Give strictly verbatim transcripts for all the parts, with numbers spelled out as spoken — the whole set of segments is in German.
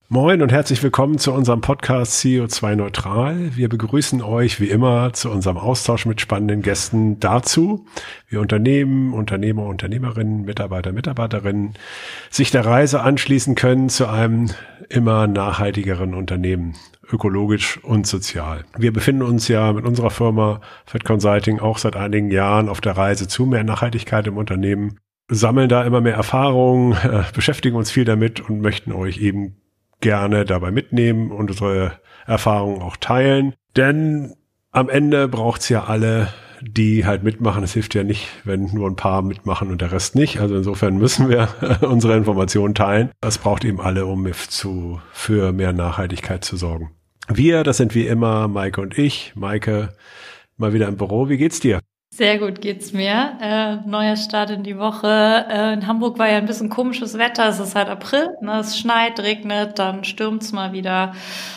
Moin und herzlich willkommen zu unserem Podcast C O zwei Neutral. Wir begrüßen euch wie immer zu unserem Austausch mit spannenden Gästen dazu, wie Unternehmen, Unternehmer, Unternehmerinnen, Mitarbeiter, Mitarbeiterinnen sich der Reise anschließen können zu einem immer nachhaltigeren Unternehmen, ökologisch und sozial. Wir befinden uns ja mit unserer Firma Fed Consulting auch seit einigen Jahren auf der Reise zu mehr Nachhaltigkeit im Unternehmen, sammeln da immer mehr Erfahrungen, äh, beschäftigen uns viel damit und möchten euch eben gerne dabei mitnehmen und unsere Erfahrungen auch teilen. Denn am Ende braucht's ja alle, die halt mitmachen. Es hilft ja nicht, wenn nur ein paar mitmachen und der Rest nicht. Also insofern müssen wir unsere Informationen teilen. Es braucht eben alle, um zu, für mehr Nachhaltigkeit zu sorgen. Wir, das sind wie immer Maike und ich. Maike, mal wieder im Büro. Wie geht's dir? Sehr gut geht's mir. Äh, neuer Start in die Woche. Äh, in Hamburg war ja ein bisschen komisches Wetter. Es ist halt April, ne? Es schneit, regnet, dann stürmt's mal wieder.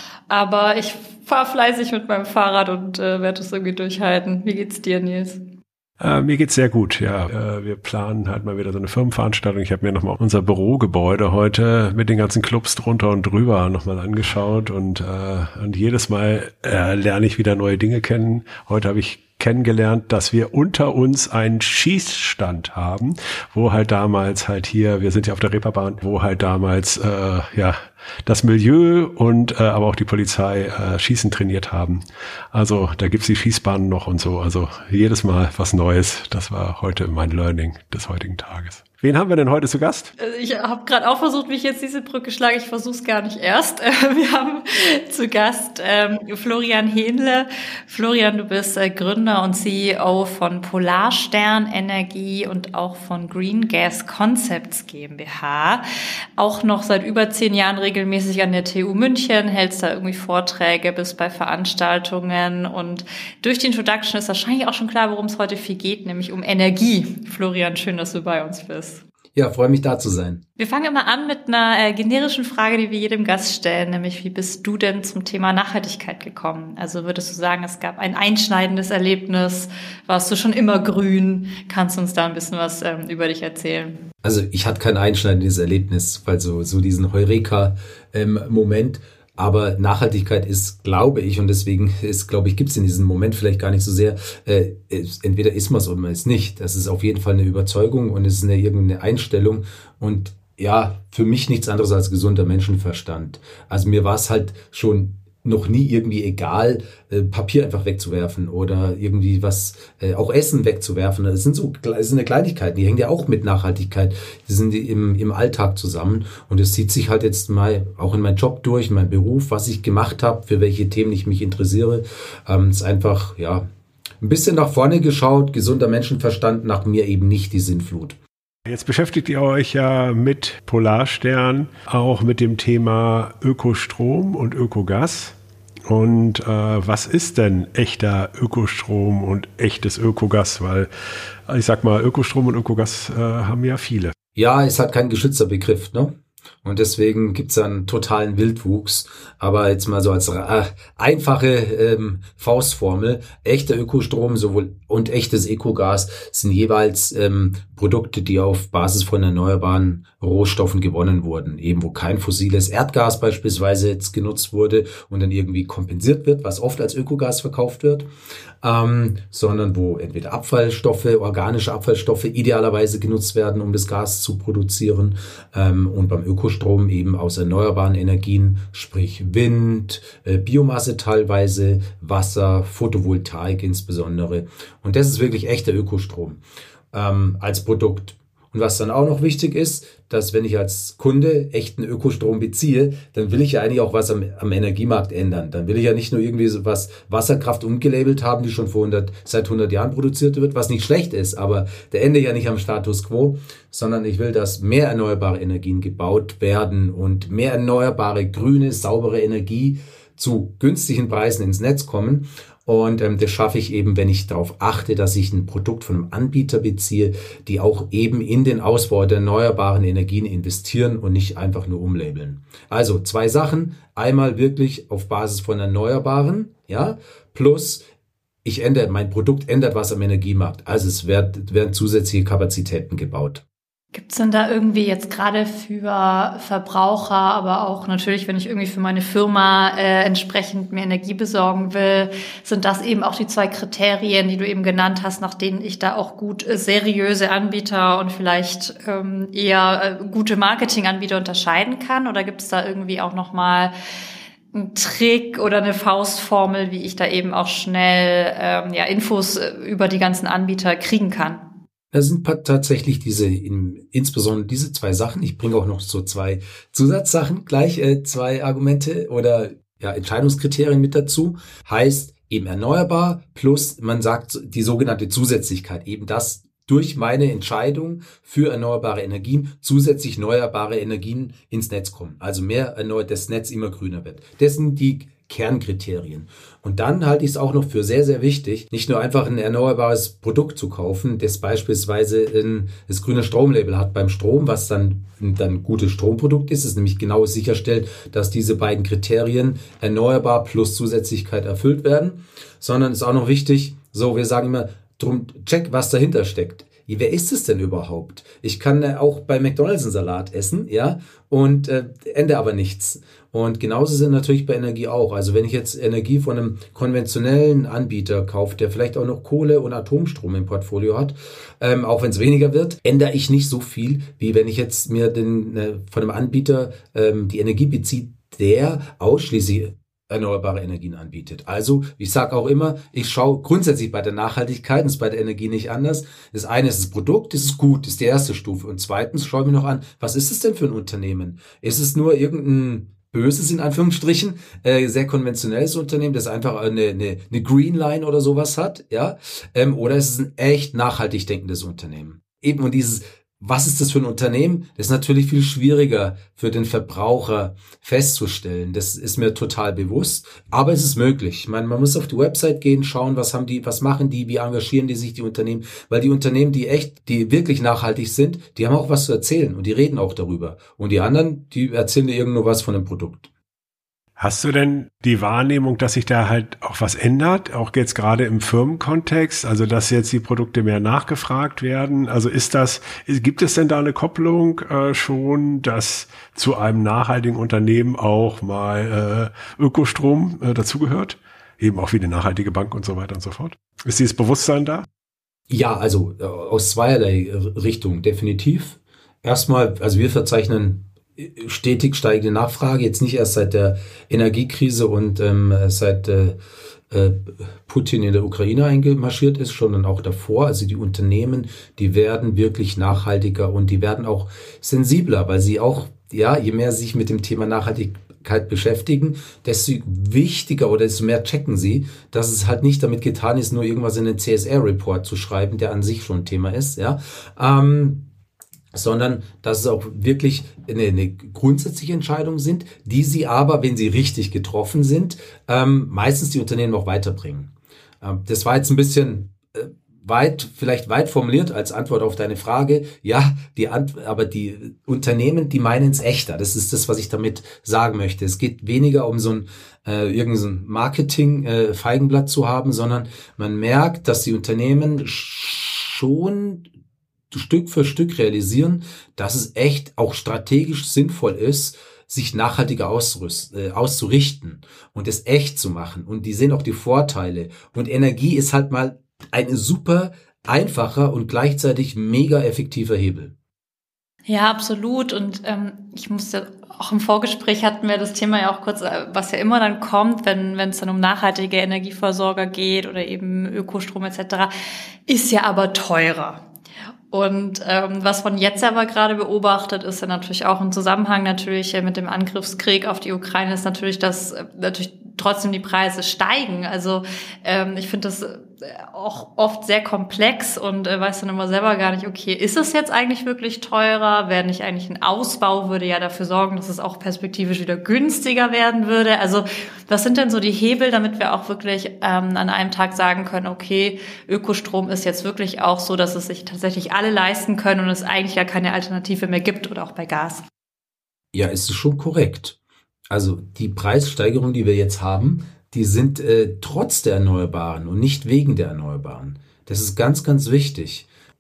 Aber ich fahre fleißig mit meinem Fahrrad und äh, werde es irgendwie durchhalten. Wie geht's dir, Nils? Äh, mir geht's sehr gut, ja. Äh, wir planen halt mal wieder so eine Firmenveranstaltung. Ich habe mir nochmal unser Bürogebäude heute mit den ganzen Clubs drunter und drüber nochmal angeschaut und, äh, und jedes Mal äh, lerne ich wieder neue Dinge kennen. Heute habe ich kennengelernt, dass wir unter uns einen Schießstand haben, wo halt damals halt hier, wir sind ja auf der Reeperbahn, wo halt damals äh, ja das Milieu und äh, aber auch die Polizei äh, Schießen trainiert haben. Also da gibt's die Schießbahnen noch und so. Also jedes Mal was Neues. Das war heute mein Learning des heutigen Tages. Wen haben wir denn heute zu Gast? Ich habe gerade auch versucht, wie ich jetzt diese Brücke schlage. Ich versuche es gar nicht erst. Wir haben zu Gast ähm, Florian Hähnle. Florian, du bist äh, Gründer und C E O von Polarstern Energie und auch von Green Gas Concepts GmbH. Auch noch seit über zehn Jahren regelmäßig an der T U München, hältst da irgendwie Vorträge, bist bei Veranstaltungen. Und durch die Introduction ist wahrscheinlich auch schon klar, worum es heute viel geht, nämlich um Energie. Florian, schön, dass du bei uns bist. Ja, freue mich da zu sein. Wir fangen immer an mit einer äh, generischen Frage, die wir jedem Gast stellen, nämlich wie bist du denn zum Thema Nachhaltigkeit gekommen? Also würdest du sagen, es gab ein einschneidendes Erlebnis? Warst du schon immer grün? Kannst du uns da ein bisschen was ähm, über dich erzählen? Also ich hatte kein einschneidendes Erlebnis, weil so, so diesen Heureka-Moment. Ähm, Aber Nachhaltigkeit ist, glaube ich, und deswegen ist, glaube ich, gibt es in diesem Moment vielleicht gar nicht so sehr, äh, entweder ist man es oder man ist nicht. Das ist auf jeden Fall eine Überzeugung und es ist eine irgendeine Einstellung und ja, für mich nichts anderes als gesunder Menschenverstand. Also mir war es halt schon noch nie irgendwie egal, äh, Papier einfach wegzuwerfen oder irgendwie was, äh, auch Essen wegzuwerfen. Das sind so, das sind ja Kleinigkeiten, die hängen ja auch mit Nachhaltigkeit. Die sind im, im Alltag zusammen und es zieht sich halt jetzt mal auch in meinen Job durch, in meinen Beruf, was ich gemacht habe, für welche Themen ich mich interessiere. Ähm, ist einfach, ja, ein bisschen nach vorne geschaut, gesunder Menschenverstand, nach mir eben nicht die Sinnflut. Jetzt beschäftigt ihr euch ja mit Polarstern, auch mit dem Thema Ökostrom und Ökogas. Und äh, was ist denn echter Ökostrom und echtes Ökogas? Weil ich sag mal, Ökostrom und Ökogas äh, haben ja viele. Ja, ist halt kein geschützter Begriff, ne? Und deswegen gibt's einen totalen Wildwuchs. Aber jetzt mal so als äh, einfache ähm, Faustformel, echter Ökostrom sowohl und echtes Ökogas sind jeweils ähm, Produkte, die auf Basis von erneuerbaren Rohstoffen gewonnen wurden. Eben wo kein fossiles Erdgas beispielsweise jetzt genutzt wurde und dann irgendwie kompensiert wird, was oft als Ökogas verkauft wird, ähm, sondern wo entweder Abfallstoffe, organische Abfallstoffe idealerweise genutzt werden, um das Gas zu produzieren. Ähm, und beim Ökostrom eben aus erneuerbaren Energien, sprich Wind, äh, Biomasse teilweise, Wasser, Photovoltaik insbesondere. Und das ist wirklich echter Ökostrom ähm, als Produkt. Und was dann auch noch wichtig ist, dass wenn ich als Kunde echten Ökostrom beziehe, dann will ich ja eigentlich auch was am, am Energiemarkt ändern. Dann will ich ja nicht nur irgendwie so was Wasserkraft umgelabelt haben, die schon vor hundert, seit hundert Jahren produziert wird, was nicht schlecht ist, aber der Ende ja nicht am Status quo, sondern ich will, dass mehr erneuerbare Energien gebaut werden und mehr erneuerbare, grüne, saubere Energie zu günstigen Preisen ins Netz kommen. Und ähm, das schaffe ich eben, wenn ich darauf achte, dass ich ein Produkt von einem Anbieter beziehe, die auch eben in den Ausbau der erneuerbaren Energien investieren und nicht einfach nur umlabeln. Also zwei Sachen. Einmal wirklich auf Basis von Erneuerbaren, ja, plus ich ändere, mein Produkt ändert was am Energiemarkt. Also es wird, werden zusätzliche Kapazitäten gebaut. Gibt's denn da irgendwie jetzt gerade für Verbraucher, aber auch natürlich, wenn ich irgendwie für meine Firma äh, entsprechend mehr Energie besorgen will, sind das eben auch die zwei Kriterien, die du eben genannt hast, nach denen ich da auch gut äh, seriöse Anbieter und vielleicht ähm, eher äh, gute Marketinganbieter unterscheiden kann? Oder gibt's da irgendwie auch nochmal einen Trick oder eine Faustformel, wie ich da eben auch schnell ähm, ja, Infos über die ganzen Anbieter kriegen kann? Das sind tatsächlich diese, in, insbesondere diese zwei Sachen. Ich bringe auch noch so zwei Zusatzsachen gleich, äh, zwei Argumente oder ja, Entscheidungskriterien mit dazu. Heißt eben erneuerbar plus, man sagt die sogenannte Zusätzlichkeit, eben das durch meine Entscheidung für erneuerbare Energien zusätzlich erneuerbare Energien ins Netz kommen. Also mehr erneuert, das Netz immer grüner wird. Das sind die Kernkriterien. Und dann halte ich es auch noch für sehr, sehr wichtig, nicht nur einfach ein erneuerbares Produkt zu kaufen, das beispielsweise ein, das grüne Stromlabel hat beim Strom, was dann ein gutes Stromprodukt ist, es nämlich genau sicherstellt, dass diese beiden Kriterien erneuerbar plus Zusätzlichkeit erfüllt werden, sondern es ist auch noch wichtig, so wir sagen immer, drum check, was dahinter steckt. Wer ist es denn überhaupt? Ich kann äh, auch bei McDonald's einen Salat essen, ja, und äh, ende aber nichts. Und genauso sind natürlich bei Energie auch. Also wenn ich jetzt Energie von einem konventionellen Anbieter kaufe, der vielleicht auch noch Kohle und Atomstrom im Portfolio hat, ähm, auch wenn es weniger wird, ändere ich nicht so viel, wie wenn ich jetzt mir den äh, von einem Anbieter ähm, die Energie bezieht, der ausschließlich erneuerbare Energien anbietet. Also, ich sage auch immer, ich schaue grundsätzlich bei der Nachhaltigkeit, das ist bei der Energie nicht anders. Das eine ist das Produkt, das ist gut, das ist die erste Stufe. Und zweitens schaue ich mir noch an, was ist es denn für ein Unternehmen? Ist es nur irgendein böses, in Anführungsstrichen, äh, sehr konventionelles Unternehmen, das einfach eine, eine, eine Green Line oder sowas hat, ja? Ähm, oder ist es ein echt nachhaltig denkendes Unternehmen? Eben, und dieses was ist das für ein Unternehmen? Das ist natürlich viel schwieriger für den Verbraucher festzustellen. Das ist mir total bewusst. Aber es ist möglich. Ich meine, man muss auf die Website gehen, schauen, was haben die, was machen die, wie engagieren die sich, die Unternehmen. Weil die Unternehmen, die echt, die wirklich nachhaltig sind, die haben auch was zu erzählen und die reden auch darüber. Und die anderen, die erzählen dir irgendwo was von dem Produkt. Hast du denn die Wahrnehmung, dass sich da halt auch was ändert, auch jetzt gerade im Firmenkontext, also dass jetzt die Produkte mehr nachgefragt werden? Also ist das, gibt es denn da eine Kopplung äh, schon, dass zu einem nachhaltigen Unternehmen auch mal äh, Ökostrom äh, dazugehört? Eben auch wie eine nachhaltige Bank und so weiter und so fort. Ist dieses Bewusstsein da? Ja, also äh, aus zweierlei Richtungen definitiv. Erstmal, also wir verzeichnen stetig steigende Nachfrage, jetzt nicht erst seit der Energiekrise und ähm, seit äh, Putin in der Ukraine eingemarschiert ist, sondern auch davor. Also die Unternehmen, die werden wirklich nachhaltiger und die werden auch sensibler, weil sie auch, ja, je mehr sie sich mit dem Thema Nachhaltigkeit beschäftigen, desto wichtiger oder desto mehr checken sie, dass es halt nicht damit getan ist, nur irgendwas in den C S R-Report zu schreiben, der an sich schon ein Thema ist, ja. Ähm, sondern dass es auch wirklich eine, eine grundsätzliche Entscheidung sind, die sie aber, wenn sie richtig getroffen sind, ähm, meistens die Unternehmen auch weiterbringen. Ähm, das war jetzt ein bisschen äh, weit, vielleicht weit formuliert als Antwort auf deine Frage. Ja, die Ant- aber die Unternehmen, die meinen es echter. Das ist das, was ich damit sagen möchte. Es geht weniger um so ein äh, irgendein Marketing-Feigenblatt äh, zu haben, sondern man merkt, dass die Unternehmen schon Stück für Stück realisieren, dass es echt auch strategisch sinnvoll ist, sich nachhaltiger auszurüsten, äh, auszurichten und es echt zu machen. Und die sehen auch die Vorteile. Und Energie ist halt mal ein super einfacher und gleichzeitig mega effektiver Hebel. Ja, absolut. Und ähm, ich musste auch im Vorgespräch hatten wir das Thema ja auch kurz, was ja immer dann kommt, wenn wenn es dann um nachhaltige Energieversorger geht oder eben Ökostrom et cetera, ist ja aber teurer. Und ähm, was man jetzt aber gerade beobachtet, ist ja natürlich auch im Zusammenhang natürlich mit dem Angriffskrieg auf die Ukraine, ist natürlich, dass äh, natürlich trotzdem die Preise steigen. Also ähm, ich finde das auch oft sehr komplex und äh, weiß dann immer selber gar nicht, okay, ist es jetzt eigentlich wirklich teurer? Wäre nicht eigentlich ein Ausbau, würde ja dafür sorgen, dass es auch perspektivisch wieder günstiger werden würde. Also was sind denn so die Hebel, damit wir auch wirklich ähm, an einem Tag sagen können, okay, Ökostrom ist jetzt wirklich auch so, dass es sich tatsächlich alle leisten können und es eigentlich ja keine Alternative mehr gibt oder auch bei Gas? Ja, ist es schon korrekt. Also die Preissteigerungen, die wir jetzt haben, die sind äh, trotz der Erneuerbaren und nicht wegen der Erneuerbaren. Das ist ganz, ganz wichtig.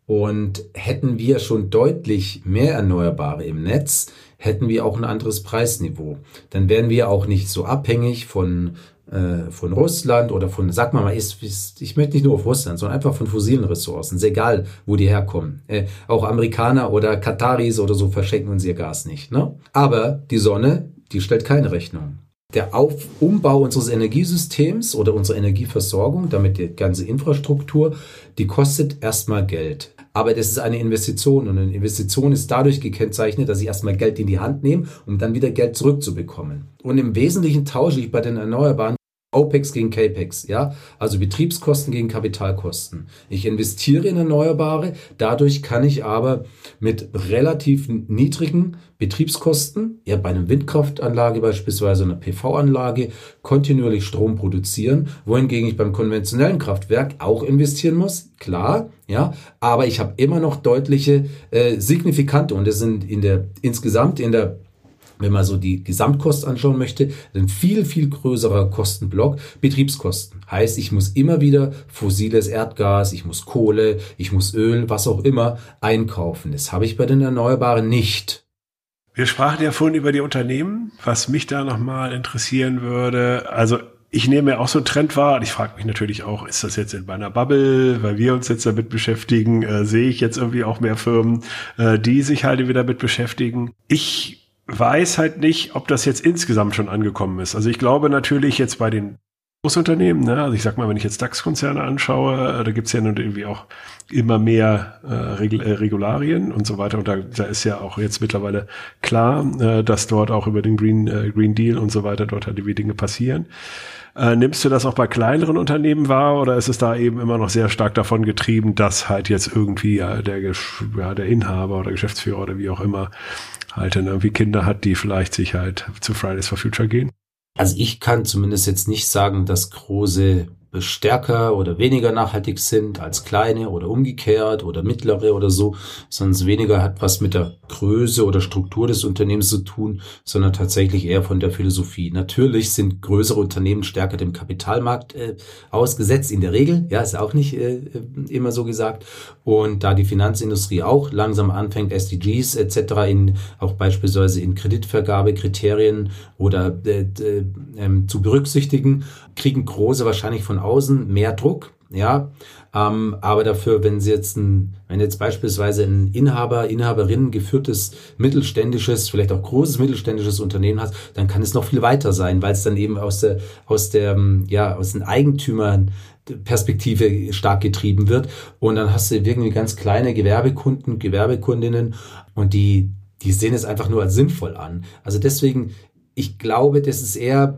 Und hätten wir schon deutlich mehr Erneuerbare im Netz, hätten wir auch ein anderes Preisniveau. Dann wären wir auch nicht so abhängig von, äh, von Russland oder von, sag mal mal, ist, ist, ich möchte nicht nur auf Russland, sondern einfach von fossilen Ressourcen. Ist egal, wo die herkommen. Äh, auch Amerikaner oder Kataris oder so verschenken uns ihr Gas nicht. Ne? Aber die Sonne, die stellt keine Rechnung. Der Auf- Umbau unseres Energiesystems oder unserer Energieversorgung, damit die ganze Infrastruktur, die kostet erstmal Geld. Aber das ist eine Investition und eine Investition ist dadurch gekennzeichnet, dass ich erstmal Geld in die Hand nehme, um dann wieder Geld zurückzubekommen. Und im Wesentlichen tausche ich bei den Erneuerbaren OPEX gegen CAPEX, ja, also Betriebskosten gegen Kapitalkosten. Ich investiere in Erneuerbare, dadurch kann ich aber mit relativ niedrigen Betriebskosten, ja bei einer Windkraftanlage beispielsweise, einer P V-Anlage, kontinuierlich Strom produzieren, wohingegen ich beim konventionellen Kraftwerk auch investieren muss, klar, ja, aber ich habe immer noch deutliche äh, signifikante, und das sind in der insgesamt in der, wenn man so die Gesamtkosten anschauen möchte, ein viel, viel größerer Kostenblock, Betriebskosten. Heißt, ich muss immer wieder fossiles Erdgas, ich muss Kohle, ich muss Öl, was auch immer, einkaufen. Das habe ich bei den Erneuerbaren nicht. Wir sprachen ja vorhin über die Unternehmen, was mich da nochmal interessieren würde. Also ich nehme ja auch so einen Trend wahr und ich frage mich natürlich auch, ist das jetzt in meiner Bubble, weil wir uns jetzt damit beschäftigen, äh, sehe ich jetzt irgendwie auch mehr Firmen, äh, die sich halt wieder damit beschäftigen. Ich weiß halt nicht, ob das jetzt insgesamt schon angekommen ist. Also ich glaube natürlich jetzt bei den Großunternehmen, ne, also ich sag mal, wenn ich jetzt DAX-Konzerne anschaue, da gibt's ja nun irgendwie auch immer mehr äh, Regul- äh, Regularien und so weiter. Und da, da ist ja auch jetzt mittlerweile klar, äh, dass dort auch über den Green, äh, Green Deal und so weiter dort halt die Dinge passieren. Äh, nimmst du das auch bei kleineren Unternehmen wahr oder ist es da eben immer noch sehr stark davon getrieben, dass halt jetzt irgendwie ja, der, ja, der Inhaber oder Geschäftsführer oder wie auch immer halt dann irgendwie Kinder hat, die vielleicht sich halt zu Fridays for Future gehen? Also ich kann zumindest jetzt nicht sagen, dass große stärker oder weniger nachhaltig sind als kleine oder umgekehrt oder mittlere oder so, sondern weniger hat was mit der Größe oder Struktur des Unternehmens zu tun, sondern tatsächlich eher von der Philosophie. Natürlich sind größere Unternehmen stärker dem Kapitalmarkt äh, ausgesetzt, in der Regel, ja, ist auch nicht äh, immer so gesagt. Und da die Finanzindustrie auch langsam anfängt, S D Gs et cetera in auch beispielsweise in Kreditvergabekriterien oder äh, äh, äh, zu berücksichtigen, kriegen große wahrscheinlich von außen mehr Druck, ja, ähm, aber dafür, wenn sie jetzt ein, wenn jetzt beispielsweise ein Inhaber, Inhaberinnen geführtes mittelständisches, vielleicht auch großes mittelständisches Unternehmen hat, dann kann es noch viel weiter sein, weil es dann eben aus der, aus der, ja, aus den Eigentümern Perspektive stark getrieben wird und dann hast du irgendwie ganz kleine Gewerbekunden, Gewerbekundinnen und die, die sehen es einfach nur als sinnvoll an. Also deswegen, ich glaube, das ist eher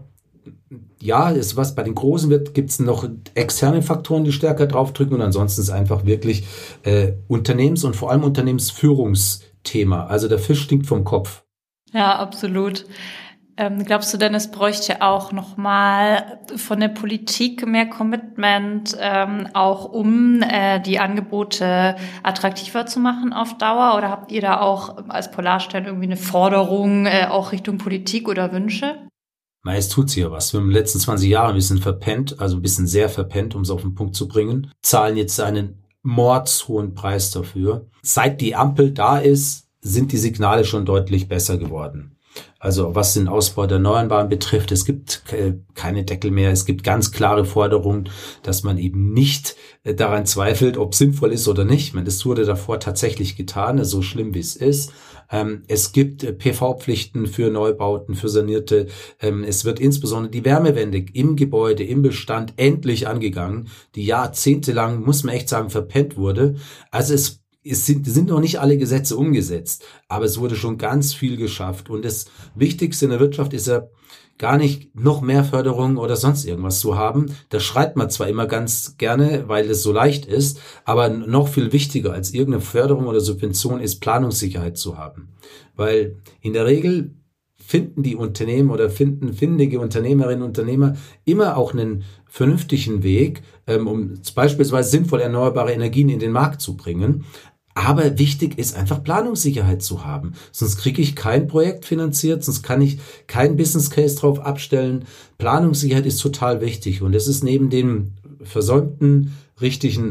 ja, ist was bei den Großen wird, gibt es noch externe Faktoren, die stärker draufdrücken und ansonsten ist einfach wirklich äh, Unternehmens- und vor allem Unternehmensführungsthema. Also der Fisch stinkt vom Kopf. Ja, absolut. Ähm, glaubst du denn, es bräuchte auch nochmal von der Politik mehr Commitment, ähm, auch um äh, die Angebote attraktiver zu machen auf Dauer? Oder habt ihr da auch als Polarstern irgendwie eine Forderung, äh, auch Richtung Politik oder Wünsche? Na, es tut sich ja was. Wir haben in den letzten zwanzig Jahren ein bisschen verpennt, also ein bisschen sehr verpennt, um es auf den Punkt zu bringen. Zahlen jetzt einen mordshohen Preis dafür. Seit die Ampel da ist, sind die Signale schon deutlich besser geworden. Also was den Ausbau der Erneuerbaren betrifft, es gibt keine Deckel mehr. Es gibt ganz klare Forderungen, dass man eben nicht daran zweifelt, ob es sinnvoll ist oder nicht. Ich meine, das wurde davor tatsächlich getan, so schlimm wie es ist. Es gibt P V-Pflichten für Neubauten, für Sanierte. Es wird insbesondere die Wärmewende im Gebäude, im Bestand endlich angegangen, die jahrzehntelang, muss man echt sagen, verpennt wurde. Also es Es sind, sind noch nicht alle Gesetze umgesetzt, aber es wurde schon ganz viel geschafft. Und das Wichtigste in der Wirtschaft ist ja gar nicht noch mehr Förderung oder sonst irgendwas zu haben. Das schreibt man zwar immer ganz gerne, weil es so leicht ist, aber noch viel wichtiger als irgendeine Förderung oder Subvention ist Planungssicherheit zu haben. Weil in der Regel finden die Unternehmen oder finden findige Unternehmerinnen und Unternehmer immer auch einen vernünftigen Weg, um beispielsweise sinnvoll erneuerbare Energien in den Markt zu bringen. Aber wichtig ist einfach Planungssicherheit zu haben. Sonst kriege ich kein Projekt finanziert, sonst kann ich keinen Business Case drauf abstellen. Planungssicherheit ist total wichtig und das ist neben dem versäumten richtigen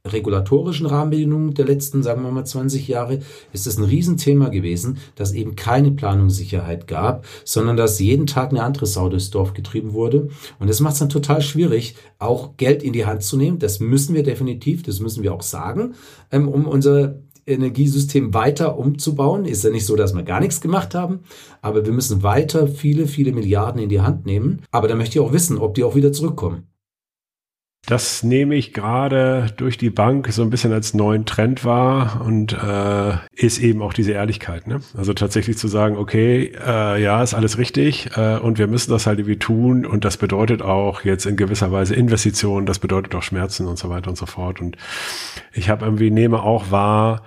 regulatorischen Rahmenbedingungen der letzten, sagen wir mal, zwanzig Jahre, ist es ein Riesenthema gewesen, dass eben keine Planungssicherheit gab, sondern dass jeden Tag eine andere Sau durchs Dorf getrieben wurde. Und das macht es dann total schwierig, auch Geld in die Hand zu nehmen. Das müssen wir definitiv, das müssen wir auch sagen, ähm, um unser Energiesystem weiter umzubauen. Ist ja nicht so, dass wir gar nichts gemacht haben, aber wir müssen weiter viele, viele Milliarden in die Hand nehmen. Aber da möchte ich auch wissen, ob die auch wieder zurückkommen. Das nehme ich gerade durch die Bank so ein bisschen als neuen Trend wahr und äh, ist eben auch diese Ehrlichkeit. Ne? Also tatsächlich zu sagen, okay, äh, ja, ist alles richtig äh, und wir müssen das halt irgendwie tun und das bedeutet auch jetzt in gewisser Weise Investitionen, das bedeutet auch Schmerzen und so weiter und so fort. Und ich habe irgendwie, nehme auch wahr,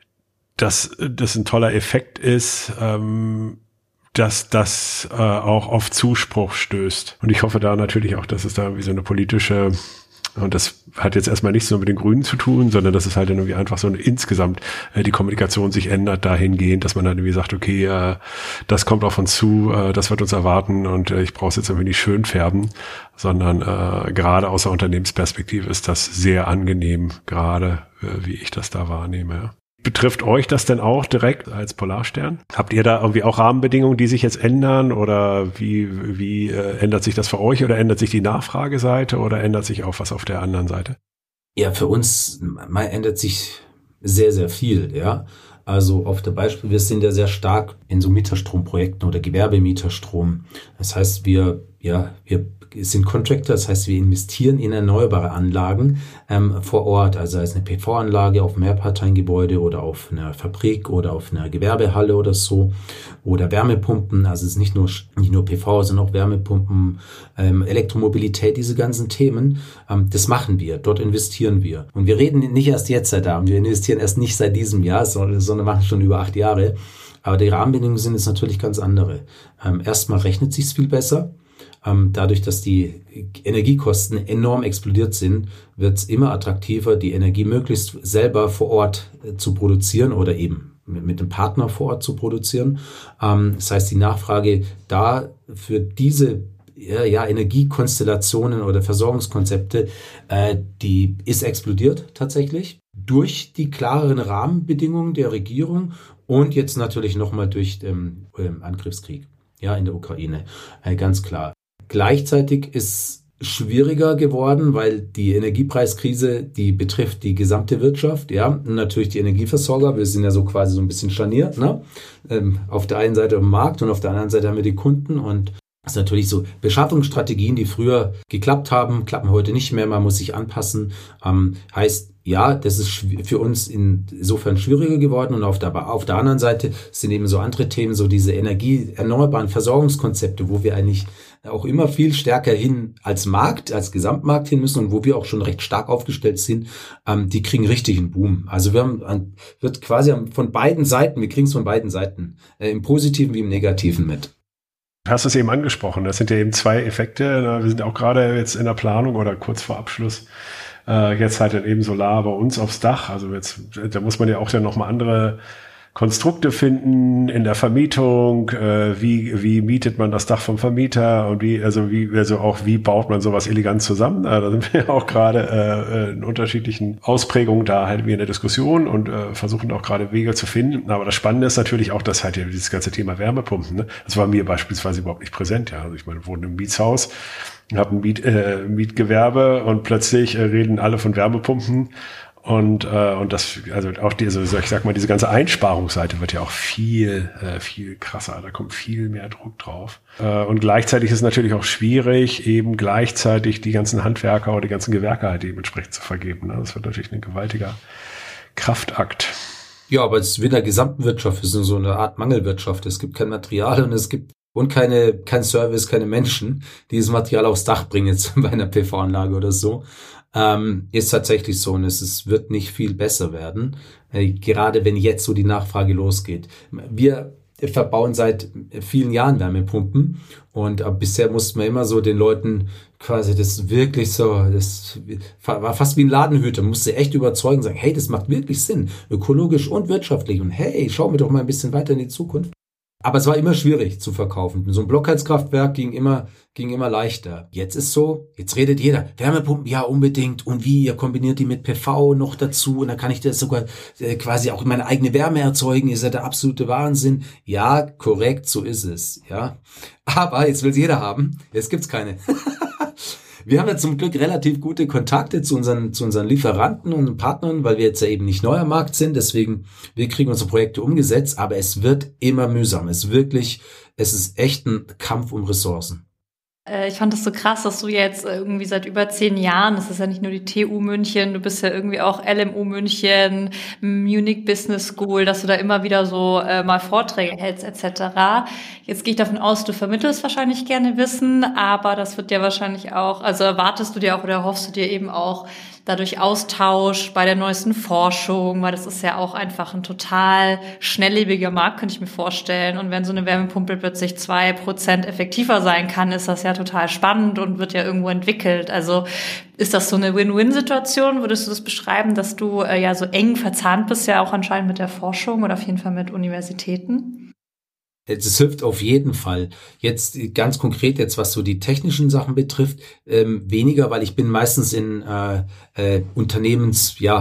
dass das ein toller Effekt ist, ähm, dass das äh, auch auf Zuspruch stößt. Und ich hoffe da natürlich auch, dass es da irgendwie so eine politische, und das hat jetzt erstmal nichts nur mit den Grünen zu tun, sondern dass es halt irgendwie einfach so eine, insgesamt äh, die Kommunikation sich ändert dahingehend, dass man dann irgendwie sagt, okay, äh, das kommt auf uns zu, äh, das wird uns erwarten und äh, ich brauche es jetzt irgendwie nicht schön färben, sondern äh, gerade aus der Unternehmensperspektive ist das sehr angenehm, gerade äh, wie ich das da wahrnehme. Ja. Betrifft euch das denn auch direkt als Polarstern? Habt ihr da irgendwie auch Rahmenbedingungen, die sich jetzt ändern oder wie, wie äh, ändert sich das für euch oder ändert sich die Nachfrageseite oder ändert sich auch was auf der anderen Seite? Ja, für uns mal ändert sich sehr, sehr viel, ja. Also auf der Beispiel, wir sind ja sehr stark in so Mieterstromprojekten oder Gewerbemieterstrom. Das heißt, wir, ja, wir sind Contractor, das heißt, wir investieren in erneuerbare Anlagen ähm, vor Ort, also als eine P V-Anlage auf einem Mehrparteiengebäude oder auf einer Fabrik oder auf einer Gewerbehalle oder so oder Wärmepumpen, also es ist nicht nur nicht nur P V, sondern auch Wärmepumpen, ähm, Elektromobilität, diese ganzen Themen, ähm, das machen wir, dort investieren wir. Und wir reden nicht erst jetzt seit da, wir investieren erst nicht seit diesem Jahr, sondern, sondern machen schon über acht Jahre. Aber die Rahmenbedingungen sind jetzt natürlich ganz andere. Ähm, erstmal rechnet sich's viel besser. Dadurch, dass die Energiekosten enorm explodiert sind, wird es immer attraktiver, die Energie möglichst selber vor Ort zu produzieren oder eben mit dem Partner vor Ort zu produzieren. Das heißt, die Nachfrage da für diese ja, ja, Energiekonstellationen oder Versorgungskonzepte, äh, die ist explodiert tatsächlich durch die klareren Rahmenbedingungen der Regierung und jetzt natürlich nochmal durch den ähm, Angriffskrieg ja, in der Ukraine, äh, ganz klar. Gleichzeitig ist schwieriger geworden, weil die Energiepreiskrise, die betrifft die gesamte Wirtschaft, ja, und natürlich die Energieversorger, wir sind ja so quasi so ein bisschen scharniert, ne? Ähm, auf der einen Seite im Markt und auf der anderen Seite haben wir die Kunden und das ist natürlich so Beschaffungsstrategien, die früher geklappt haben, klappen heute nicht mehr, man muss sich anpassen, ähm, heißt, ja, das ist für uns insofern schwieriger geworden und auf der, auf der anderen Seite sind eben so andere Themen, so diese Energie, erneuerbaren Versorgungskonzepte, wo wir eigentlich auch immer viel stärker hin als Markt, als Gesamtmarkt hin müssen und wo wir auch schon recht stark aufgestellt sind, ähm, die kriegen richtig einen Boom. Also wir haben, wird quasi von beiden Seiten, wir kriegen es von beiden Seiten, äh, im Positiven wie im Negativen mit. Du hast es eben angesprochen, das sind ja eben zwei Effekte. Wir sind auch gerade jetzt in der Planung oder kurz vor Abschluss. Äh, jetzt halt dann eben Solar bei uns aufs Dach. Also jetzt, da muss man ja auch dann nochmal andere Konstrukte finden in der Vermietung. Äh, wie wie mietet man das Dach vom Vermieter und wie also wie also auch wie baut man sowas elegant zusammen? Äh, da sind wir auch gerade äh, in unterschiedlichen Ausprägungen da halt wie in der Diskussion und äh, versuchen auch gerade Wege zu finden. Aber das Spannende ist natürlich auch, dass halt ja dieses ganze Thema Wärmepumpen. Ne? Das war mir beispielsweise überhaupt nicht präsent. Ja, also ich meine, wir wohnen im Mietshaus. Habe ein Miet, äh, Mietgewerbe und plötzlich äh, reden alle von Wärmepumpen und äh, und das also auch diese ich sag mal diese ganze Einsparungsseite wird ja auch viel äh, viel krasser, da kommt viel mehr Druck drauf äh, und gleichzeitig ist es natürlich auch schwierig eben gleichzeitig die ganzen Handwerker oder die ganzen Gewerke halt dementsprechend zu vergeben, ne? Das wird natürlich ein gewaltiger Kraftakt. Ja, aber es ist wie in der gesamten Wirtschaft, es ist so eine Art Mangelwirtschaft, es gibt kein Material und es gibt und keine, kein Service, keine Menschen, die dieses Material aufs Dach bringen, jetzt bei einer P V-Anlage oder so, ähm, ist tatsächlich so und es ist, wird nicht viel besser werden, äh, gerade wenn jetzt so die Nachfrage losgeht. Wir verbauen seit vielen Jahren Wärmepumpen und äh, bisher mussten wir immer so den Leuten quasi das wirklich so, das war fast wie ein Ladenhüter, man musste echt überzeugen, sagen, hey, das macht wirklich Sinn, ökologisch und wirtschaftlich und hey, schau mir doch mal ein bisschen weiter in die Zukunft. Aber es war immer schwierig zu verkaufen. So ein Blockheizkraftwerk ging immer, ging immer leichter. Jetzt ist so, jetzt redet jeder, Wärmepumpen, ja unbedingt. Und wie, ihr kombiniert die mit P V noch dazu und dann kann ich das sogar äh, quasi auch meine eigene Wärme erzeugen. Ihr seid der absolute Wahnsinn. Ja, korrekt, so ist es. Ja, aber jetzt will es jeder haben. Jetzt gibt's keine. Wir haben ja zum Glück relativ gute Kontakte zu unseren, zu unseren Lieferanten und Partnern, weil wir jetzt ja eben nicht neu am Markt sind. Deswegen, wir kriegen unsere Projekte umgesetzt, aber es wird immer mühsam. Es ist wirklich, es ist echt ein Kampf um Ressourcen. Ich fand das so krass, dass du jetzt irgendwie seit über zehn Jahren, das ist ja nicht nur die T U München, du bist ja irgendwie auch L M U München, Munich Business School, dass du da immer wieder so äh, mal Vorträge hältst et cetera. Jetzt gehe ich davon aus, du vermittelst wahrscheinlich gerne Wissen, aber das wird dir wahrscheinlich auch, also erwartest du dir auch oder hoffst du dir eben auch dadurch Austausch bei der neuesten Forschung, weil das ist ja auch einfach ein total schnelllebiger Markt, könnte ich mir vorstellen. Und wenn so eine Wärmepumpe plötzlich zwei Prozent effektiver sein kann, ist das ja total spannend und wird ja irgendwo entwickelt. Also ist das so eine Win-Win-Situation? Würdest du das beschreiben, dass du äh, ja so eng verzahnt bist, ja auch anscheinend mit der Forschung oder auf jeden Fall mit Universitäten? Es hilft auf jeden Fall. Jetzt ganz konkret, jetzt was so die technischen Sachen betrifft, ähm, weniger, weil ich bin meistens in äh, äh, Unternehmens, ja,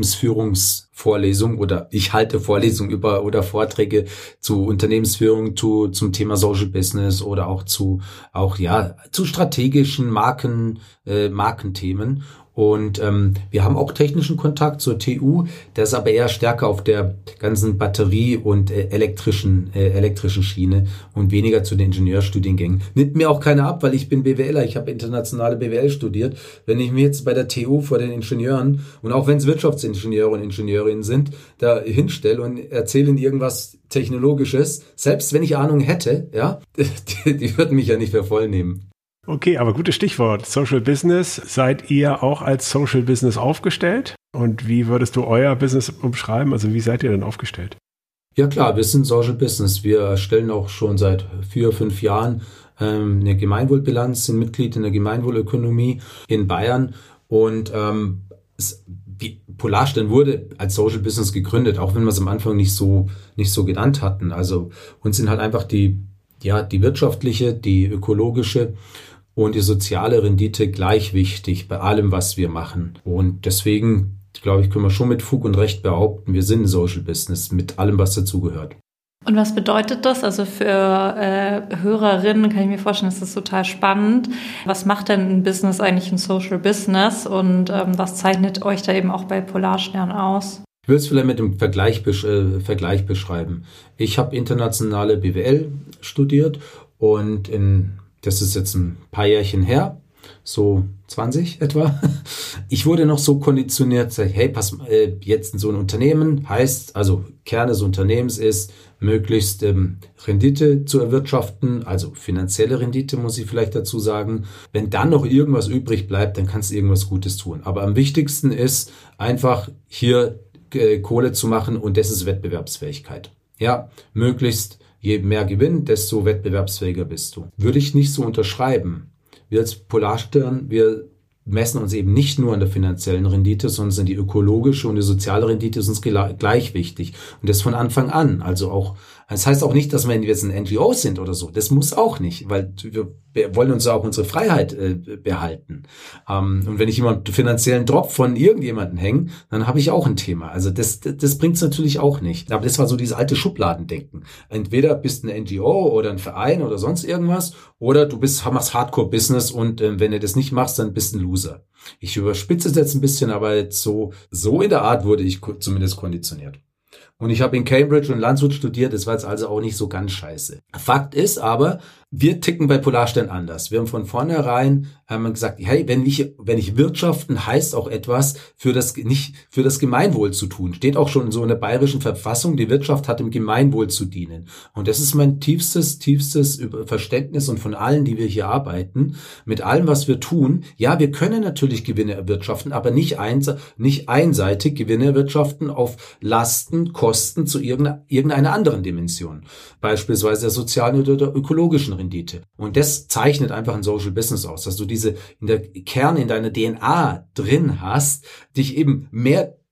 Unternehmensführungsvorlesungen oder ich halte Vorlesungen über oder Vorträge zu Unternehmensführung, zu zum Thema Social Business oder auch zu auch ja zu strategischen Marken, äh, Markenthemen. Und ähm, wir haben auch technischen Kontakt zur T U, der ist aber eher stärker auf der ganzen Batterie- und äh, elektrischen äh, elektrischen Schiene und weniger zu den Ingenieurstudiengängen. Nimmt mir auch keiner ab, weil ich bin BWLer, ich habe internationale B W L studiert. Wenn ich mir jetzt bei der T U vor den Ingenieuren und auch wenn es Wirtschaftsingenieure und Ingenieurinnen sind, da hinstelle und erzähle ihnen irgendwas Technologisches, selbst wenn ich Ahnung hätte, ja, die, die würden mich ja nicht für voll nehmen. Okay, aber gutes Stichwort. Social Business. Seid ihr auch als Social Business aufgestellt? Und wie würdest du euer Business umschreiben? Also wie seid ihr denn aufgestellt? Ja klar, wir sind Social Business. Wir erstellen auch schon seit vier, fünf Jahren ähm, eine Gemeinwohlbilanz, sind Mitglied in der Gemeinwohlökonomie in Bayern. Und ähm, es, wie Polarstern wurde als Social Business gegründet, auch wenn wir es am Anfang nicht so nicht so genannt hatten. Also uns sind halt einfach die ja die wirtschaftliche, die ökologische und die soziale Rendite gleich wichtig bei allem, was wir machen. Und deswegen, glaube ich, können wir schon mit Fug und Recht behaupten, wir sind ein Social Business mit allem, was dazugehört. Und was bedeutet das? Also für äh, Hörerinnen kann ich mir vorstellen, das ist total spannend. Was macht denn ein Business eigentlich ein Social Business und ähm, was zeichnet euch da eben auch bei Polarstern aus? Ich will es vielleicht mit dem Vergleich, äh, Vergleich beschreiben. Ich habe internationale B W L studiert und in das ist jetzt ein paar Jährchen her, so zwanzig etwa. Ich wurde noch so konditioniert, sag, hey, pass, äh, jetzt so ein Unternehmen heißt, also Kern des Unternehmens ist, möglichst ähm, Rendite zu erwirtschaften, also finanzielle Rendite, muss ich vielleicht dazu sagen. Wenn dann noch irgendwas übrig bleibt, dann kannst du irgendwas Gutes tun. Aber am wichtigsten ist einfach hier äh, Kohle zu machen und das ist Wettbewerbsfähigkeit. Ja, möglichst je mehr Gewinn, desto wettbewerbsfähiger bist du. Würde ich nicht so unterschreiben. Wir als Polarstern, wir messen uns eben nicht nur an der finanziellen Rendite, sondern die ökologische und die soziale Rendite ist uns gleich wichtig. Und das von Anfang an. Also auch, das heißt auch nicht, dass wir jetzt ein N G O sind oder so. Das muss auch nicht, weil wir wollen uns auch unsere Freiheit äh, behalten. Ähm, und wenn ich immer einen finanziellen Drop von irgendjemandem hänge, dann habe ich auch ein Thema. Also das, das, das bringt es natürlich auch nicht. Aber das war so dieses alte Schubladendenken. Entweder bist du ein N G O oder ein Verein oder sonst irgendwas, oder du bist machst Hardcore-Business und äh, wenn du das nicht machst, dann bist du ein Loser. Ich überspitze es jetzt ein bisschen, aber jetzt so, so in der Art wurde ich zumindest konditioniert. Und ich habe in Cambridge und Landshut studiert, das war jetzt also auch nicht so ganz scheiße. Fakt ist aber, wir ticken bei Polarstern anders. Wir haben von vornherein haben gesagt, hey, wenn ich, wenn ich wirtschaften, heißt auch etwas für das, nicht für das Gemeinwohl zu tun. Steht auch schon so in der bayerischen Verfassung, die Wirtschaft hat dem Gemeinwohl zu dienen. Und das ist mein tiefstes, tiefstes Verständnis und von allen, die wir hier arbeiten, mit allem, was wir tun. Ja, wir können natürlich Gewinne erwirtschaften, aber nicht, eins, nicht einseitig Gewinne erwirtschaften auf Lasten, Kosten zu irgendeiner, irgendeiner anderen Dimension. Beispielsweise der sozialen oder der ökologischen Rendite. Und das zeichnet einfach ein Social Business aus, dass du diese in der Kern in deiner D N A drin hast, dich eben mehr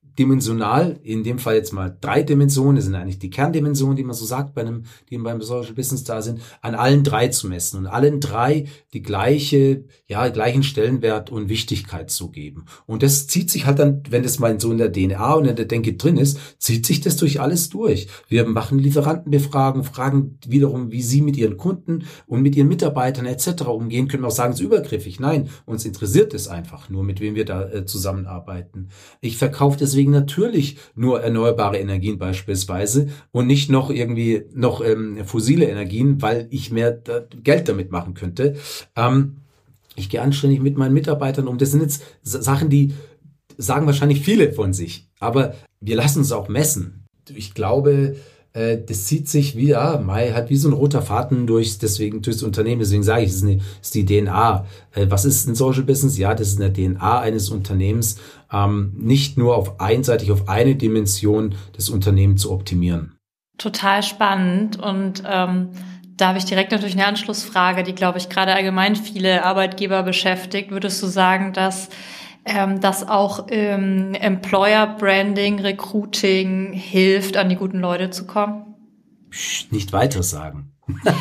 dimensional, in dem Fall jetzt mal drei Dimensionen, das sind eigentlich die Kerndimensionen, die man so sagt, bei einem, die beim Social Business da sind, an allen drei zu messen und allen drei die gleiche, ja, gleichen Stellenwert und Wichtigkeit zu geben. Und das zieht sich halt dann, wenn das mal so in der D N A und in der Denke drin ist, zieht sich das durch alles durch. Wir machen Lieferantenbefragen, fragen wiederum, wie sie mit ihren Kunden und mit ihren Mitarbeitern et cetera umgehen, können wir auch sagen, es ist übergriffig. Nein, uns interessiert es einfach nur, mit wem wir da äh, zusammenarbeiten. Ich verkaufe deswegen natürlich nur erneuerbare Energien beispielsweise und nicht noch irgendwie noch ähm, fossile Energien, weil ich mehr da Geld damit machen könnte. Ähm, ich gehe anständig mit meinen Mitarbeitern um. Das sind jetzt Sachen, die sagen wahrscheinlich viele von sich, aber wir lassen es auch messen. Ich glaube, äh, das zieht sich wie, ja, Mai hat wie so ein roter Faden durch, deswegen durchs Unternehmen. Deswegen sage ich, es ist, eine, ist die D N A. Äh, was ist ein Social Business? Ja, das ist eine D N A eines Unternehmens, ähm, nicht nur auf einseitig auf eine Dimension des Unternehmens zu optimieren. Total spannend und ähm, da habe ich direkt natürlich eine Anschlussfrage, die, glaube ich, gerade allgemein viele Arbeitgeber beschäftigt. Würdest du sagen, dass ähm, das auch ähm, Employer Branding, Recruiting hilft, an die guten Leute zu kommen? Psst, nicht weiter sagen.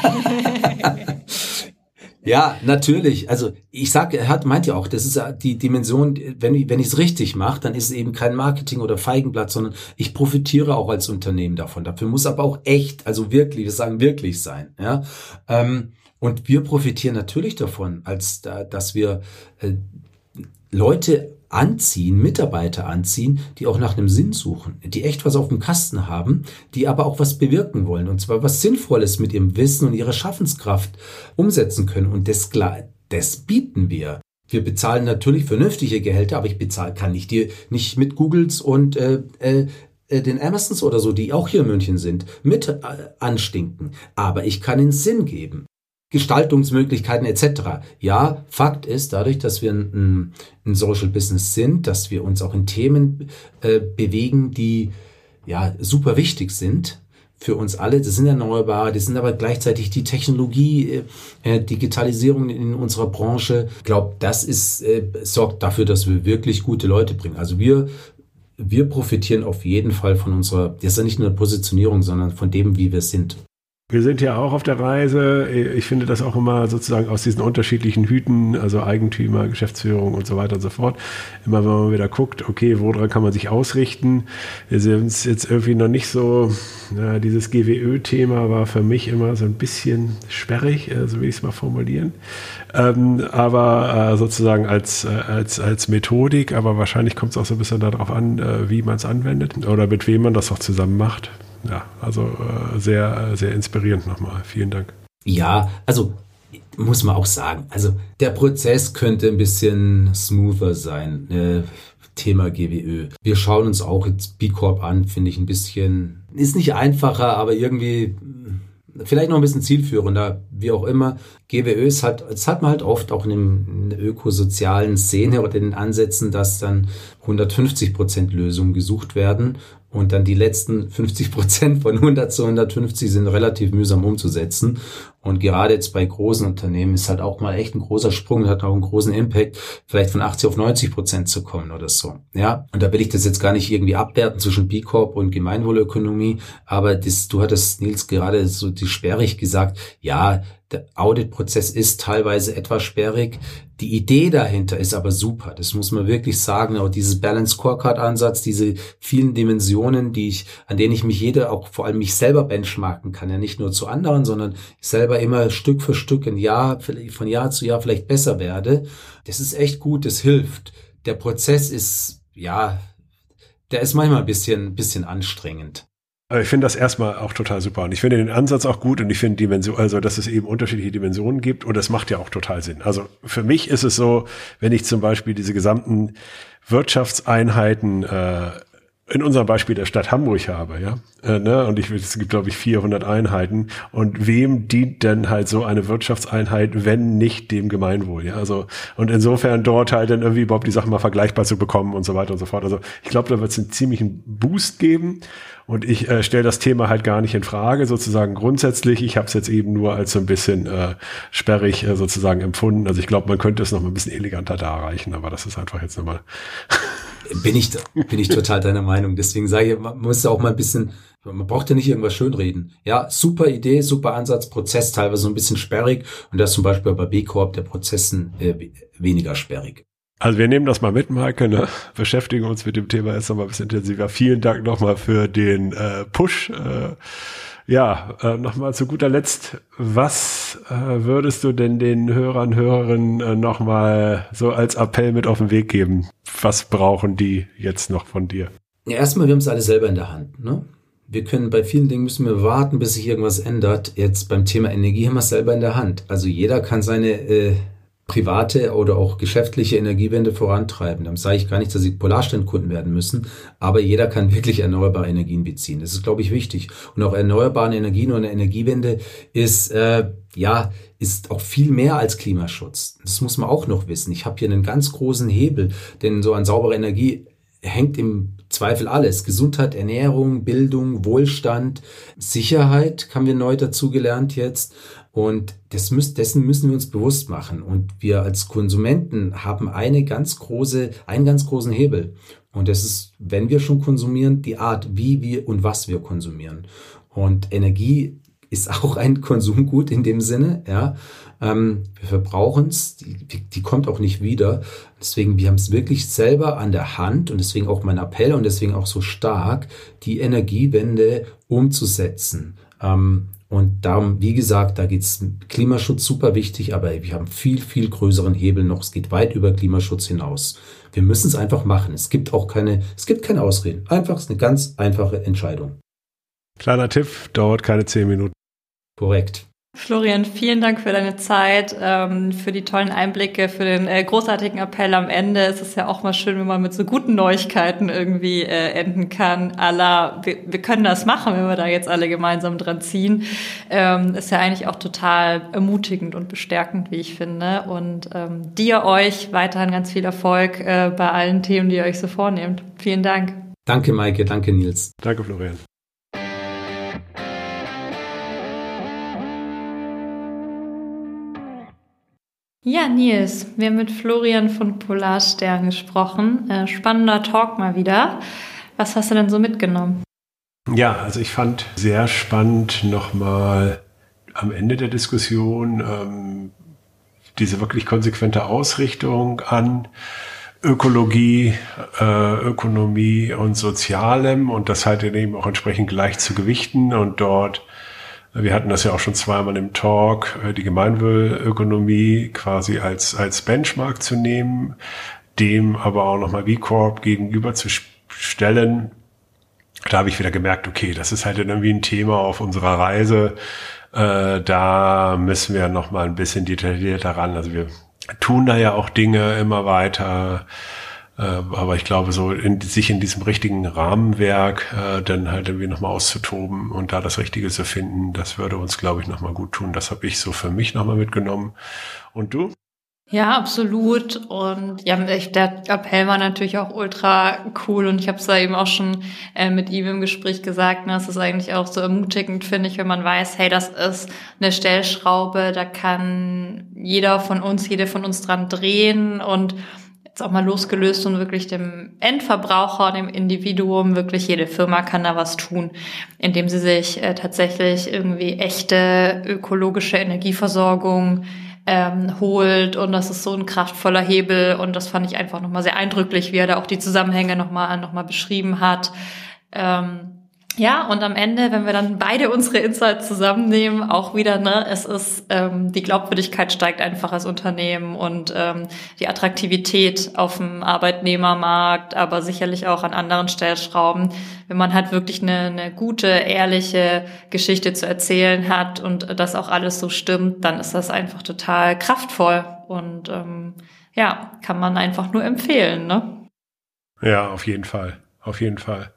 Ja, natürlich. Also ich sag, er hat meint ja auch, das ist die Dimension, wenn, wenn ich es richtig mache, dann ist es eben kein Marketing oder Feigenblatt, sondern ich profitiere auch als Unternehmen davon. Dafür muss aber auch echt, also wirklich, wir sagen wirklich sein. Ja, ähm, und wir profitieren natürlich davon, als da, dass wir äh, Leute anziehen, Mitarbeiter anziehen, die auch nach einem Sinn suchen, die echt was auf dem Kasten haben, die aber auch was bewirken wollen und zwar was Sinnvolles mit ihrem Wissen und ihrer Schaffenskraft umsetzen können und das, das bieten wir. Wir bezahlen natürlich vernünftige Gehälter, aber ich bezahle, kann nicht dir nicht mit Googles und äh, äh, den Amazons oder so, die auch hier in München sind, mit äh, anstinken, aber ich kann ihnen Sinn geben. Gestaltungsmöglichkeiten et cetera. Ja, Fakt ist, dadurch, dass wir ein, ein Social Business sind, dass wir uns auch in Themen äh, bewegen, die ja super wichtig sind für uns alle. Das sind Erneuerbare, das sind aber gleichzeitig die Technologie, äh, Digitalisierung in unserer Branche. Ich glaube, das ist äh, sorgt dafür, dass wir wirklich gute Leute bringen. Also wir wir profitieren auf jeden Fall von unserer, das ist ja nicht nur eine Positionierung, sondern von dem, wie wir sind. Wir sind ja auch auf der Reise. Ich finde das auch immer sozusagen aus diesen unterschiedlichen Hüten, also Eigentümer, Geschäftsführung und so weiter und so fort. Immer wenn man wieder guckt, okay, woran kann man sich ausrichten? Wir sind jetzt irgendwie noch nicht so, ja, dieses G W Ö-Thema war für mich immer so ein bisschen sperrig, so will ich es mal formulieren. Ähm, aber äh, sozusagen als, äh, als, als Methodik, aber wahrscheinlich kommt es auch so ein bisschen darauf an, äh, wie man es anwendet oder mit wem man das auch zusammen macht. Ja, also äh, sehr, sehr inspirierend nochmal. Vielen Dank. Ja, also muss man auch sagen, also der Prozess könnte ein bisschen smoother sein. Äh, Thema G W Ö. Wir schauen uns auch jetzt B Corp an, finde ich ein bisschen, ist nicht einfacher, aber irgendwie vielleicht noch ein bisschen zielführender, wie auch immer. G W Ö ist halt, das hat man halt oft auch in, dem, in der ökosozialen Szene oder in den Ansätzen, dass dann hundertfünfzig Prozent Lösungen gesucht werden. Und dann die letzten fünfzig Prozent von hundert zu hundertfünfzig sind relativ mühsam umzusetzen. Und gerade jetzt bei großen Unternehmen ist halt auch mal echt ein großer Sprung, hat auch einen großen Impact, vielleicht von achtzig auf neunzig Prozent zu kommen oder so. Ja, und da will ich das jetzt gar nicht irgendwie abwerten zwischen B Corp und Gemeinwohlökonomie. Aber das, du hattest, Nils, gerade so die sperrig gesagt, ja, der Auditprozess ist teilweise etwas sperrig. Die Idee dahinter ist aber super. Das muss man wirklich sagen. Auch dieses Balanced Scorecard-Ansatz, diese vielen Dimensionen, die ich, an denen ich mich jeder, auch vor allem mich selber benchmarken kann. Ja, nicht nur zu anderen, sondern ich selber immer Stück für Stück ein Jahr, von Jahr zu Jahr vielleicht besser werde. Das ist echt gut. Das hilft. Der Prozess ist, ja, der ist manchmal ein bisschen, bisschen anstrengend. Ich finde das erstmal auch total super und ich finde den Ansatz auch gut und ich finde Dimension, also dass es eben unterschiedliche Dimensionen gibt und das macht ja auch total Sinn. Also für mich ist es so, wenn ich zum Beispiel diese gesamten Wirtschaftseinheiten äh, in unserem Beispiel der Stadt Hamburg habe, ja, äh, ne? Und ich, es gibt, glaube ich, vierhundert Einheiten. Und wem dient denn halt so eine Wirtschaftseinheit, wenn nicht dem Gemeinwohl, ja? Also, und insofern dort halt dann irgendwie überhaupt die Sachen mal vergleichbar zu bekommen und so weiter und so fort. Also, ich glaube, da wird es einen ziemlichen Boost geben. Und ich äh, stelle das Thema halt gar nicht in Frage, sozusagen grundsätzlich. Ich habe es jetzt eben nur als so ein bisschen äh, sperrig äh, sozusagen empfunden. Also ich glaube, man könnte es noch mal ein bisschen eleganter darreichen, aber das ist einfach jetzt nochmal. Bin ich, bin ich total deiner Meinung. Deswegen sage ich, man muss auch mal ein bisschen, man braucht ja nicht irgendwas schönreden. Ja, super Idee, super Ansatz, Prozess teilweise so ein bisschen sperrig. Und das zum Beispiel bei B Corp der Prozessen äh, weniger sperrig. Also wir nehmen das mal mit, Maike, ne? Beschäftigen uns mit dem Thema jetzt nochmal ein bisschen intensiver. Vielen Dank nochmal für den äh, Push. Äh, ja, äh, nochmal zu guter Letzt, was äh, würdest du denn den Hörern, Hörerinnen äh, nochmal so als Appell mit auf den Weg geben? Was brauchen die jetzt noch von dir? Ja, erstmal, wir haben es alle selber in der Hand, ne? Wir können bei vielen Dingen müssen wir warten, bis sich irgendwas ändert. Jetzt beim Thema Energie haben wir es selber in der Hand. Also jeder kann seine äh, private oder auch geschäftliche Energiewende vorantreiben. Dann sage ich gar nicht, dass sie Polarsternkunden werden müssen, aber jeder kann wirklich erneuerbare Energien beziehen. Das ist, glaube ich, wichtig. Und auch erneuerbare Energien und eine Energiewende ist, äh, ja, ist auch viel mehr als Klimaschutz. Das muss man auch noch wissen. Ich habe hier einen ganz großen Hebel, denn so an sauberer Energie hängt im Zweifel alles. Gesundheit, Ernährung, Bildung, Wohlstand, Sicherheit haben wir neu dazugelernt jetzt. Und das müssen, dessen müssen wir uns bewusst machen. Und wir als Konsumenten haben eine ganz große, einen ganz großen Hebel. Und das ist, wenn wir schon konsumieren, die Art, wie wir und was wir konsumieren. Und Energie ist auch ein Konsumgut in dem Sinne, ja. Ähm, wir verbrauchen es, die, die kommt auch nicht wieder. Deswegen, wir haben es wirklich selber an der Hand und deswegen auch mein Appell und deswegen auch so stark, die Energiewende umzusetzen. Ähm, und darum, wie gesagt, da geht's Klimaschutz super wichtig, aber wir haben viel, viel größeren Hebel noch. Es geht weit über Klimaschutz hinaus. Wir müssen es einfach machen. Es gibt auch keine, es gibt keine Ausreden. Einfach, es ist eine ganz einfache Entscheidung. Kleiner Tipp, dauert keine zehn Minuten. Korrekt. Florian, vielen Dank für deine Zeit, ähm, für die tollen Einblicke, für den äh, großartigen Appell am Ende. Es ist ja auch mal schön, wenn man mit so guten Neuigkeiten irgendwie äh, enden kann. Alla, wir, wir können das machen, wenn wir da jetzt alle gemeinsam dran ziehen. Ähm, ist ja eigentlich auch total ermutigend und bestärkend, wie ich finde. Und ähm, dir, euch weiterhin ganz viel Erfolg äh, bei allen Themen, die ihr euch so vornehmt. Vielen Dank. Danke, Maike. Danke, Nils. Danke, Florian. Ja, Nils, wir haben mit Florian von Polarstern gesprochen. Äh, spannender Talk mal wieder. Was hast du denn so mitgenommen? Ja, also ich fand sehr spannend nochmal am Ende der Diskussion ähm, diese wirklich konsequente Ausrichtung an Ökologie, äh, Ökonomie und Sozialem und das halt eben auch entsprechend gleich zu gewichten und dort, wir hatten das ja auch schon zweimal im Talk, die Gemeinwohlökonomie quasi als als Benchmark zu nehmen, dem aber auch nochmal B Corp gegenüber zu stellen. Da habe ich wieder gemerkt, okay, das ist halt irgendwie ein Thema auf unserer Reise. Äh, da müssen wir nochmal ein bisschen detaillierter ran. Also wir tun da ja auch Dinge immer weiter. Aber ich glaube, so in, sich in diesem richtigen Rahmenwerk äh, dann halt irgendwie nochmal auszutoben und da das Richtige zu finden, das würde uns, glaube ich, nochmal gut tun. Das habe ich so für mich nochmal mitgenommen. Und du? Ja, absolut. Und ja, der Appell war natürlich auch ultra cool. Und ich habe es da eben auch schon äh, mit ihm im Gespräch gesagt. Ne, es ist eigentlich auch so ermutigend, finde ich, wenn man weiß, hey, das ist eine Stellschraube, da kann jeder von uns, jede von uns dran drehen und auch mal losgelöst und wirklich dem Endverbraucher, dem Individuum, wirklich jede Firma kann da was tun, indem sie sich äh, tatsächlich irgendwie echte ökologische Energieversorgung ähm, holt und das ist so ein kraftvoller Hebel und das fand ich einfach nochmal sehr eindrücklich, wie er da auch die Zusammenhänge nochmal noch mal beschrieben hat. Ähm, Ja, und am Ende, wenn wir dann beide unsere Insights zusammennehmen, auch wieder, ne, es ist, ähm, die Glaubwürdigkeit steigt einfach als Unternehmen und ähm, die Attraktivität auf dem Arbeitnehmermarkt, aber sicherlich auch an anderen Stellschrauben. Wenn man halt wirklich eine, eine gute, ehrliche Geschichte zu erzählen hat und das auch alles so stimmt, dann ist das einfach total kraftvoll und ähm, ja, kann man einfach nur empfehlen, ne? Ja, auf jeden Fall, auf jeden Fall.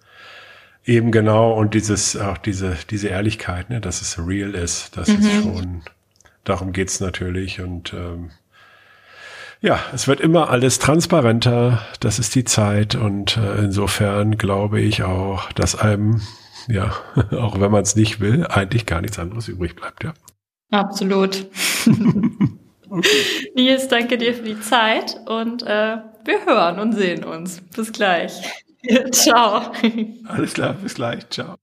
Eben genau, und dieses, auch diese, diese Ehrlichkeit, ne, dass es real ist, das mhm. ist schon, darum geht's natürlich und ähm, ja, es wird immer alles transparenter, das ist die Zeit und äh, insofern glaube ich auch, dass einem, ja, auch wenn man es nicht will, eigentlich gar nichts anderes übrig bleibt, ja. Absolut. Okay. Nils, danke dir für die Zeit und äh, wir hören und sehen uns. Bis gleich. Ciao. Alles klar, bis gleich. Ciao.